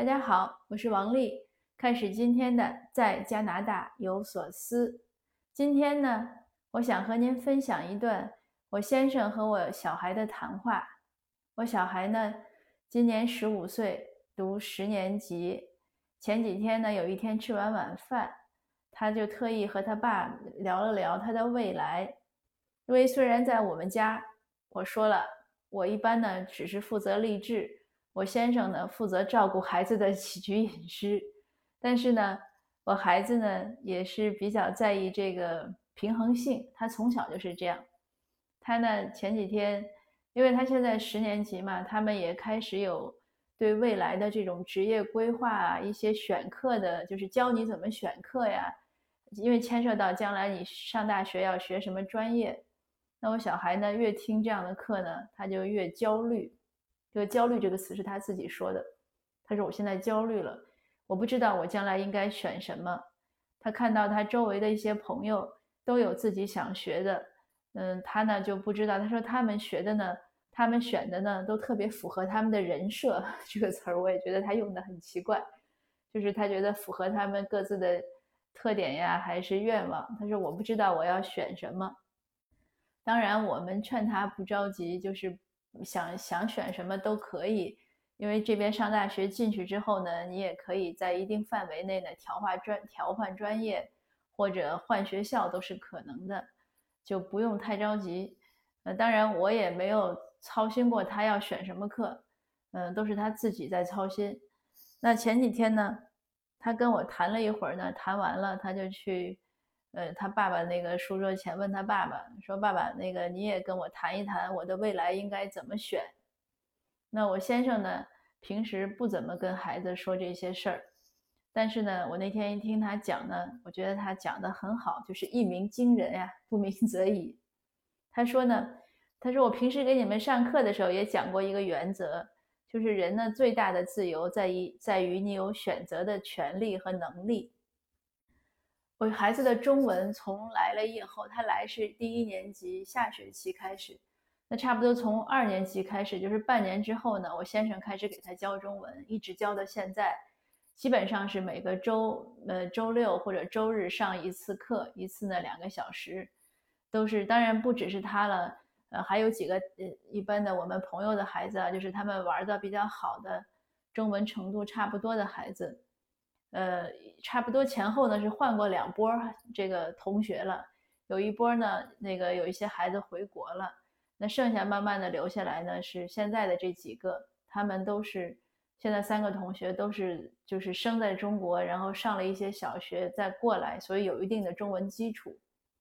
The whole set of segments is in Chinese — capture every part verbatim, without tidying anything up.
大家好，我是王丽，开始今天的在加拿大有所思。今天呢，我想和您分享一段我先生和我小孩的谈话。我小孩呢，今年十五岁，读十年级。前几天呢，有一天吃完晚饭，他就特意和他爸聊了聊他的未来。因为虽然在我们家，我说了，我一般呢只是负责励志，我先生呢负责照顾孩子的起居饮食，但是呢，我孩子呢也是比较在意这个平衡性，他从小就是这样。他呢前几天，因为他现在十年级嘛，他们也开始有对未来的这种职业规划啊，一些选课的，就是教你怎么选课呀，因为牵涉到将来你上大学要学什么专业。那我小孩呢，越听这样的课呢，他就越焦虑。这个焦虑这个词是他自己说的，他说我现在焦虑了，我不知道我将来应该选什么。他看到他周围的一些朋友都有自己想学的，嗯，他呢就不知道，他说他们学的呢，他们选的呢都特别符合他们的人设，这个词儿我也觉得他用的很奇怪，就是他觉得符合他们各自的特点呀，还是愿望。他说我不知道我要选什么。当然我们劝他不着急，就是想想选什么都可以，因为这边上大学进去之后呢，你也可以在一定范围内呢调换专调换专业或者换学校都是可能的，就不用太着急。呃，当然我也没有操心过他要选什么课，嗯、呃，都是他自己在操心。那前几天呢，他跟我谈了一会儿呢，谈完了他就去呃，他爸爸那个书桌前问他爸爸说：“爸爸，那个你也跟我谈一谈我的未来应该怎么选。”那我先生呢，平时不怎么跟孩子说这些事儿，但是呢，我那天一听他讲呢，我觉得他讲得很好，就是一鸣惊人呀，不鸣则已。他说呢，他说我平时给你们上课的时候也讲过一个原则，就是人呢最大的自由在于在于你有选择的权利和能力。我孩子的中文从来了以后，他来是第一年级下学期开始，那差不多从二年级开始，就是半年之后呢，我先生开始给他教中文，一直教到现在，基本上是每个周呃周六或者周日上一次课，一次呢两个小时，都是当然不只是他了，呃还有几个呃一般的我们朋友的孩子啊，就是他们玩的比较好的，中文程度差不多的孩子。呃，差不多前后呢是换过两波这个同学了，有一波呢，那个有一些孩子回国了，那剩下慢慢的留下来呢是现在的这几个，他们都是现在三个同学都是就是生在中国，然后上了一些小学再过来，所以有一定的中文基础。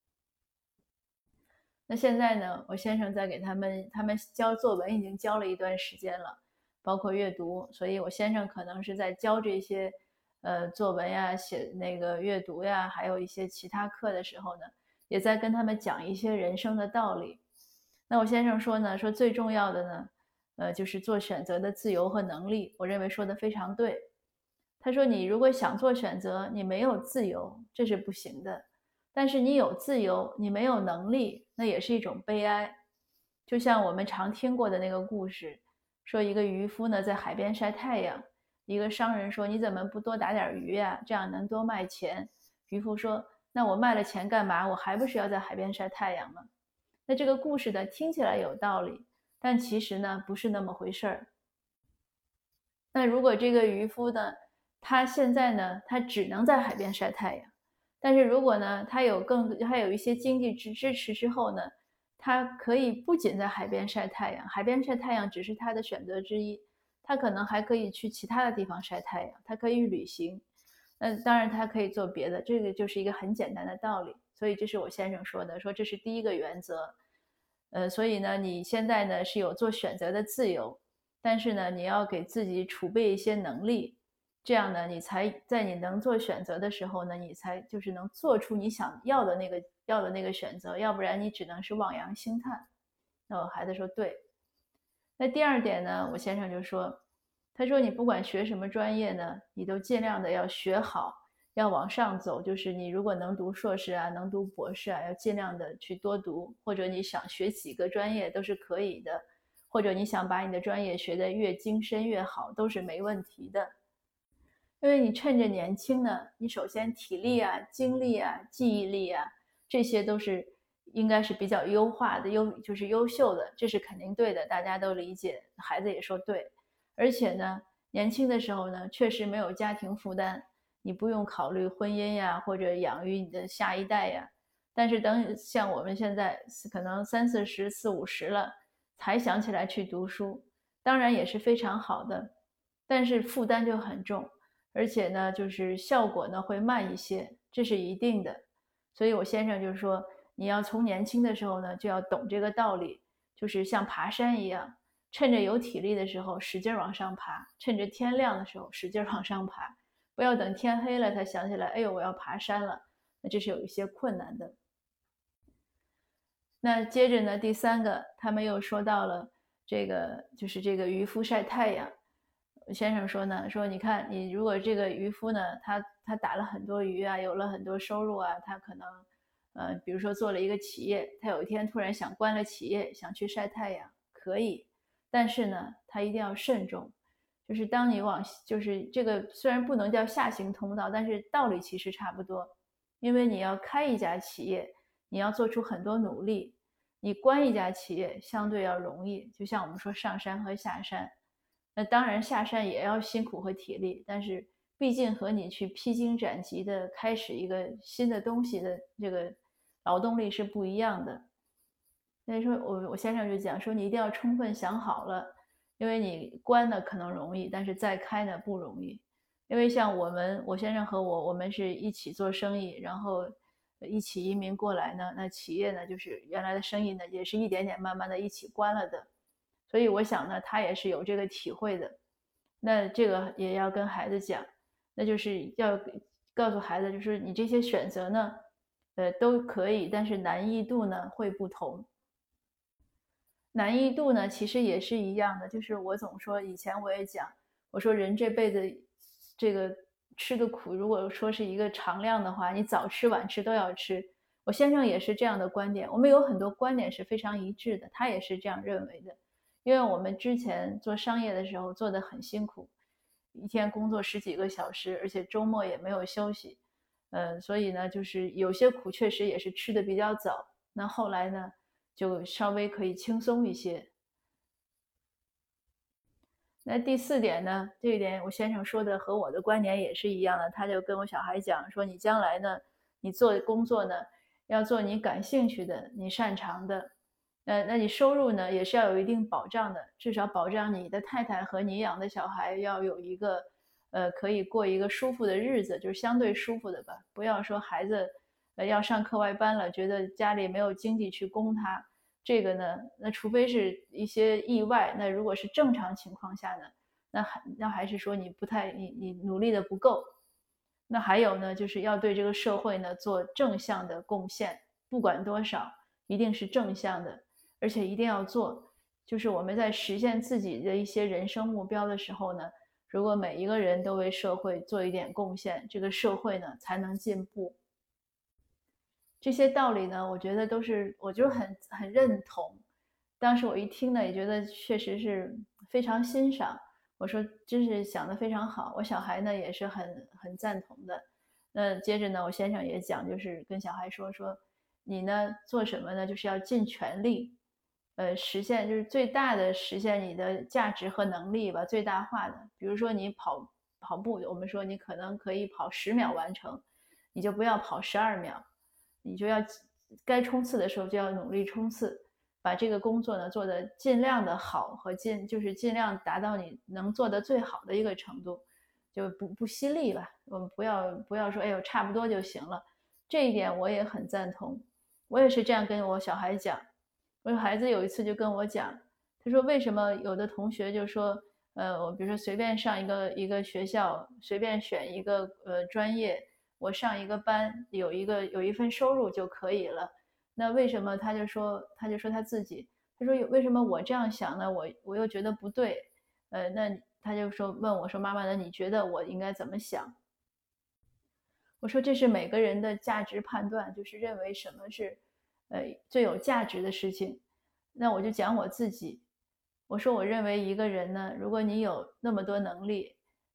那现在呢，我先生在给他们，他们教作文已经教了一段时间了，包括阅读，所以我先生可能是在教这些，呃，作文呀、写那个阅读呀，还有一些其他课的时候呢，也在跟他们讲一些人生的道理。那我先生说呢，说最重要的呢，呃，就是做选择的自由和能力，我认为说的非常对。他说你如果想做选择，你没有自由，这是不行的。但是你有自由，你没有能力，那也是一种悲哀。就像我们常听过的那个故事，说一个渔夫呢在海边晒太阳，一个商人说你怎么不多打点鱼呀，这样能多卖钱。渔夫说那我卖了钱干嘛？我还不是要在海边晒太阳吗？那这个故事呢听起来有道理，但其实呢不是那么回事儿。那如果这个渔夫呢，他现在呢，他只能在海边晒太阳，但是如果呢，他有更他有一些经济支支持之后呢，他可以不仅在海边晒太阳，海边晒太阳只是他的选择之一，他可能还可以去其他的地方晒太阳，他可以旅行，那当然他可以做别的，这个就是一个很简单的道理。所以这是我先生说的，说这是第一个原则。呃，所以呢，你现在呢是有做选择的自由，但是呢，你要给自己储备一些能力，这样呢，你才在你能做选择的时候呢，你才就是能做出你想要的那个要的那个选择，要不然你只能是望洋兴叹。那我孩子说对。那第二点呢，我先生就说，他说你不管学什么专业呢，你都尽量的要学好，要往上走，就是你如果能读硕士啊，能读博士啊，要尽量的去多读，或者你想学几个专业都是可以的，或者你想把你的专业学得越精深越好，都是没问题的。 因为你趁着年轻呢，你首先体力啊、精力啊、记忆力啊，这些都是应该是比较优化的、优就是优秀的，这是肯定对的，大家都理解，孩子也说对。而且呢，年轻的时候呢，确实没有家庭负担，你不用考虑婚姻呀，或者养育你的下一代呀。但是等像我们现在可能三四十、四五十了，才想起来去读书，当然也是非常好的，但是负担就很重。而且呢，就是效果呢会慢一些，这是一定的。所以我先生就说，你要从年轻的时候呢就要懂这个道理，就是像爬山一样，趁着有体力的时候使劲往上爬，趁着天亮的时候使劲往上爬，不要等天黑了才想起来，哎呦，我要爬山了，那这是有一些困难的。那接着呢，第三个，他们又说到了这个，就是这个渔夫晒太阳。先生说呢，说你看，你如果这个渔夫呢，他他打了很多鱼啊，有了很多收入啊，他可能，呃，比如说做了一个企业，他有一天突然想关了企业，想去晒太阳，可以，但是呢，他一定要慎重。就是当你往，就是这个虽然不能叫下行通道，但是道理其实差不多，因为你要开一家企业，你要做出很多努力，你关一家企业相对要容易，就像我们说上山和下山。那当然下山也要辛苦和体力，但是毕竟和你去披荆斩棘的开始一个新的东西的这个劳动力是不一样的。所以说我我先生就讲说，你一定要充分想好了，因为你关呢可能容易，但是再开呢不容易。因为像我们，我先生和我，我们是一起做生意，然后一起移民过来呢，那企业呢就是原来的生意呢也是一点点慢慢的一起关了的。所以我想呢，他也是有这个体会的。那这个也要跟孩子讲，那就是要告诉孩子，就是你这些选择呢，呃，都可以，但是难易度呢会不同。难易度呢，其实也是一样的，就是我总说，以前我也讲，我说人这辈子这个吃的苦，如果说是一个常量的话，你早吃晚吃都要吃。我先生也是这样的观点，我们有很多观点是非常一致的，他也是这样认为的。因为我们之前做商业的时候做得很辛苦，一天工作十几个小时，而且周末也没有休息，呃，所以呢，就是有些苦确实也是吃的比较早。那后来呢，就稍微可以轻松一些。那第四点呢，这一点我先生说的和我的观点也是一样的，他就跟我小孩讲说，你将来呢，你做工作呢，要做你感兴趣的、你擅长的。呃，那你收入呢也是要有一定保障的，至少保障你的太太和你养的小孩要有一个，呃，可以过一个舒服的日子，就是相对舒服的吧。不要说孩子，呃，要上课外班了，觉得家里没有经济去供他，这个呢，那除非是一些意外，那如果是正常情况下呢，那还那还是说你不太你你努力的不够。那还有呢，就是要对这个社会呢做正向的贡献，不管多少，一定是正向的。而且一定要做，就是我们在实现自己的一些人生目标的时候呢，如果每一个人都为社会做一点贡献，这个社会呢才能进步。这些道理呢，我觉得都是，我就很很认同。当时我一听呢，也觉得确实是非常欣赏。我说真是想得非常好，我小孩呢也是很很赞同的。那接着呢，我先生也讲，就是跟小孩说说，你呢做什么呢？就是要尽全力，呃，实现就是最大的实现你的价值和能力吧，最大化的。比如说你跑跑步，我们说你可能可以跑十秒完成，你就不要跑十二秒，你就要该冲刺的时候就要努力冲刺，把这个工作呢做得尽量的好和尽就是尽量达到你能做的最好的一个程度，就不不犀利吧。我们不要不要说哎呦差不多就行了，这一点我也很赞同。我也是这样跟我小孩讲。我孩子有一次就跟我讲，他说为什么有的同学就说，呃，我比如说随便上一个一个学校，随便选一个呃专业，我上一个班，有一个有一份收入就可以了。那为什么他就说他就说他自己，他说为什么我这样想呢？我我又觉得不对，呃，那他就说问我说妈妈，那你觉得我应该怎么想？我说这是每个人的价值判断，就是认为什么是，呃，最有价值的事情。那我就讲我自己，我说我认为一个人呢，如果你有那么多能力，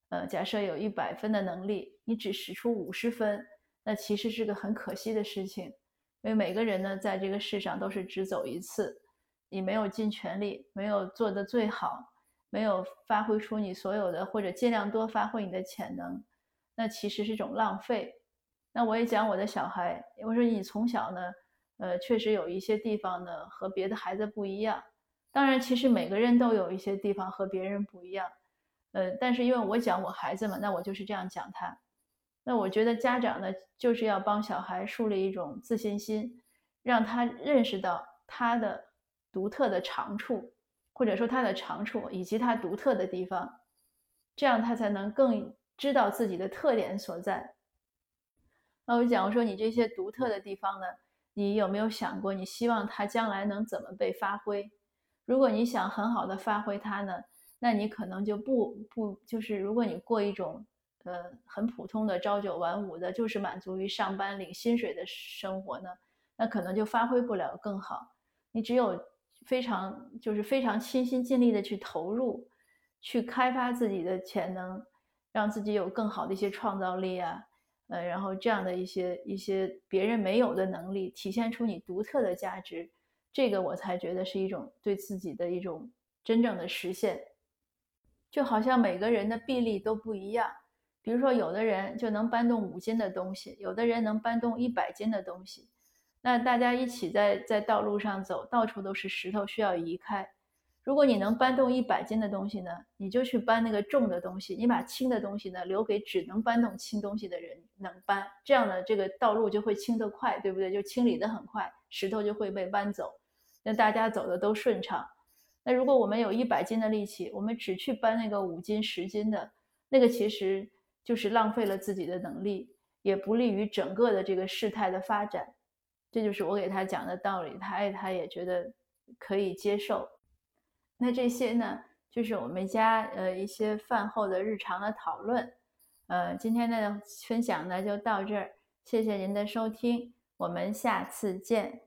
呃，假设有一百分的能力，你只使出五十分，那其实是个很可惜的事情。因为每个人呢，在这个世上都是只走一次，你没有尽全力，没有做得最好，没有发挥出你所有的，或者尽量多发挥你的潜能，那其实是一种浪费。那我也讲我的小孩，我说你从小呢，呃，确实有一些地方呢和别的孩子不一样。当然，其实每个人都有一些地方和别人不一样，呃，但是因为我讲我孩子嘛，那我就是这样讲他。那我觉得家长呢，就是要帮小孩树立一种自信心，让他认识到他的独特的长处，或者说他的长处以及他独特的地方，这样他才能更知道自己的特点所在。那我讲，我说你这些独特的地方呢，你有没有想过，你希望它将来能怎么被发挥？如果你想很好的发挥它呢，那你可能就不不就是如果你过一种呃很普通的朝九晚五的，就是满足于上班领薪水的生活呢，那可能就发挥不了更好。你只有非常就是非常倾心尽力的去投入，去开发自己的潜能，让自己有更好的一些创造力啊。呃，然后这样的一些一些别人没有的能力，体现出你独特的价值，这个我才觉得是一种对自己的一种真正的实现。就好像每个人的臂力都不一样，比如说有的人就能搬动五斤的东西，有的人能搬动一百斤的东西。那大家一起在在道路上走，到处都是石头，需要移开。如果你能搬动一百斤的东西呢，你就去搬那个重的东西，你把轻的东西呢留给只能搬动轻东西的人能搬，这样呢这个道路就会清得快，对不对？就清理得很快，石头就会被搬走，那大家走的都顺畅。那如果我们有一百斤的力气，我们只去搬那个五斤十斤的，那个其实就是浪费了自己的能力，也不利于整个的这个事态的发展。这就是我给他讲的道理，他他也觉得可以接受。那这些呢，就是我们家呃一些饭后的日常的讨论。呃，今天的分享呢就到这儿，谢谢您的收听，我们下次见。